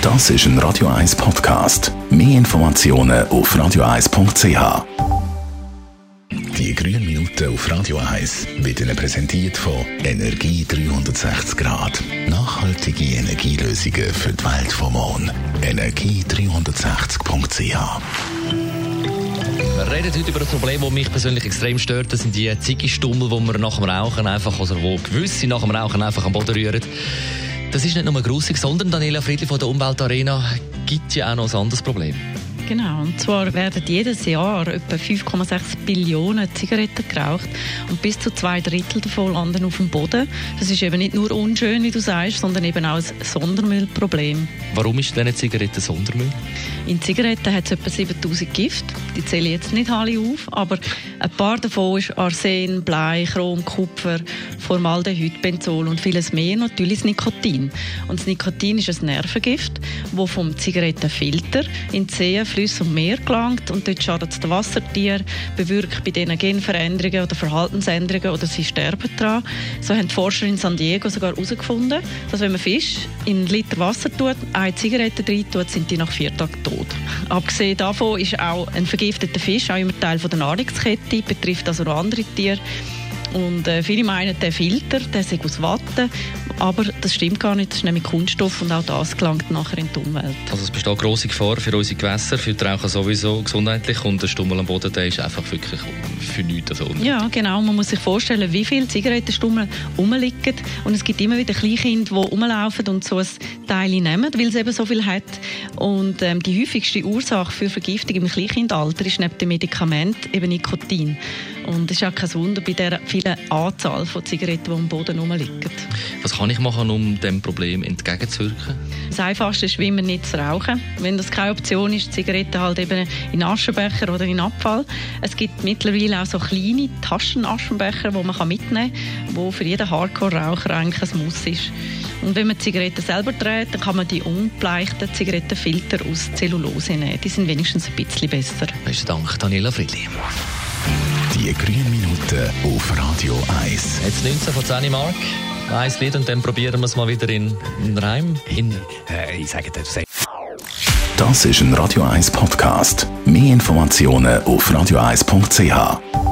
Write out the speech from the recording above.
Das ist ein Radio 1 Podcast. Mehr Informationen auf radio1.ch. Die grünen Minuten auf Radio 1 wird Ihnen präsentiert von Energie 360 Grad. Nachhaltige Energielösungen für die Welt vom Morgen. Energie360.ch. Wir reden heute über ein Problem, das mich persönlich extrem stört. Das sind die Ziggistummel, die man nach dem Rauchen einfach, also wo gewisse nach dem Rauchen einfach am Boden rühren. Das ist nicht nur grusig, sondern Daniela Friedli von der Umweltarena gibt ja auch noch ein anderes Problem. Genau, und zwar werden jedes Jahr etwa 5,6 Billionen Zigaretten geraucht und bis zu 2/3 davon landen auf dem Boden. Das ist eben nicht nur unschön, wie du sagst, sondern eben auch ein Sondermüllproblem. Warum ist denn eine Zigarette Sondermüll? In Zigaretten hat es etwa 7000 Gift. Die zähle ich jetzt nicht alle auf, aber ein paar davon ist Arsen, Blei, Chrom, Kupfer, Formaldehyd, Benzol und vieles mehr, natürlich das Nikotin. Und das Nikotin ist ein Nervengift, das vom Zigarettenfilter in die Zehen, Flüsse und Meer gelangt und dort schadet es den Wassertieren, bewirkt bei denen Genveränderungen oder Verhaltensänderungen oder sie sterben daran. So haben die Forscher in San Diego sogar herausgefunden, dass wenn man Fisch in einen Liter Wasser tut, eine Zigarette rein tut, sind die nach 4 Tagen tot. Abgesehen davon ist auch ein vergifteter Fisch auch immer Teil der Nahrungskette, betrifft also noch andere Tiere. Und viele meinen, der Filter, der sei aus Watte, aber das stimmt gar nicht, das ist nämlich Kunststoff und auch das gelangt nachher in die Umwelt. Also es besteht grosse Gefahr für unsere Gewässer, für die Raucher sowieso gesundheitlich und der Stummel am Boden, der ist einfach wirklich für nichts. Also ja, genau, man muss sich vorstellen, wie viele Zigarettenstummel rumliegen und es gibt immer wieder Kleinkinder, die rumlaufen und so ein Teil nehmen, weil es eben so viel hat. Und die häufigste Ursache für Vergiftung im Kleinkindalter ist neben dem Medikament eben Nikotin. Und es ist auch kein Wunder bei der vielen Anzahl von Zigaretten, die am Boden rumliegen. Was kann ich machen, um diesem Problem entgegenzuwirken? Das Einfachste ist, wie immer nicht zu rauchen. Wenn das keine Option ist, Zigaretten halt eben in Aschenbecher oder in Abfall. Es gibt mittlerweile auch so kleine Taschenaschenbecher, die man mitnehmen kann, wo für jeden Hardcore-Raucher eigentlich ein Muss ist. Und wenn man Zigaretten selber dreht, dann kann man die unbleichten Zigarettenfilter aus Zellulose nehmen. Die sind wenigstens ein bisschen besser. Besten Dank, Daniela Friedli. Die grünen Minuten auf Radio 1. Jetzt 19 von 10 Mark. Ein Lied und dann probieren wir es mal wieder in Reim. Ich sage das. Das ist ein Radio 1 Podcast. Mehr Informationen auf radio1.ch.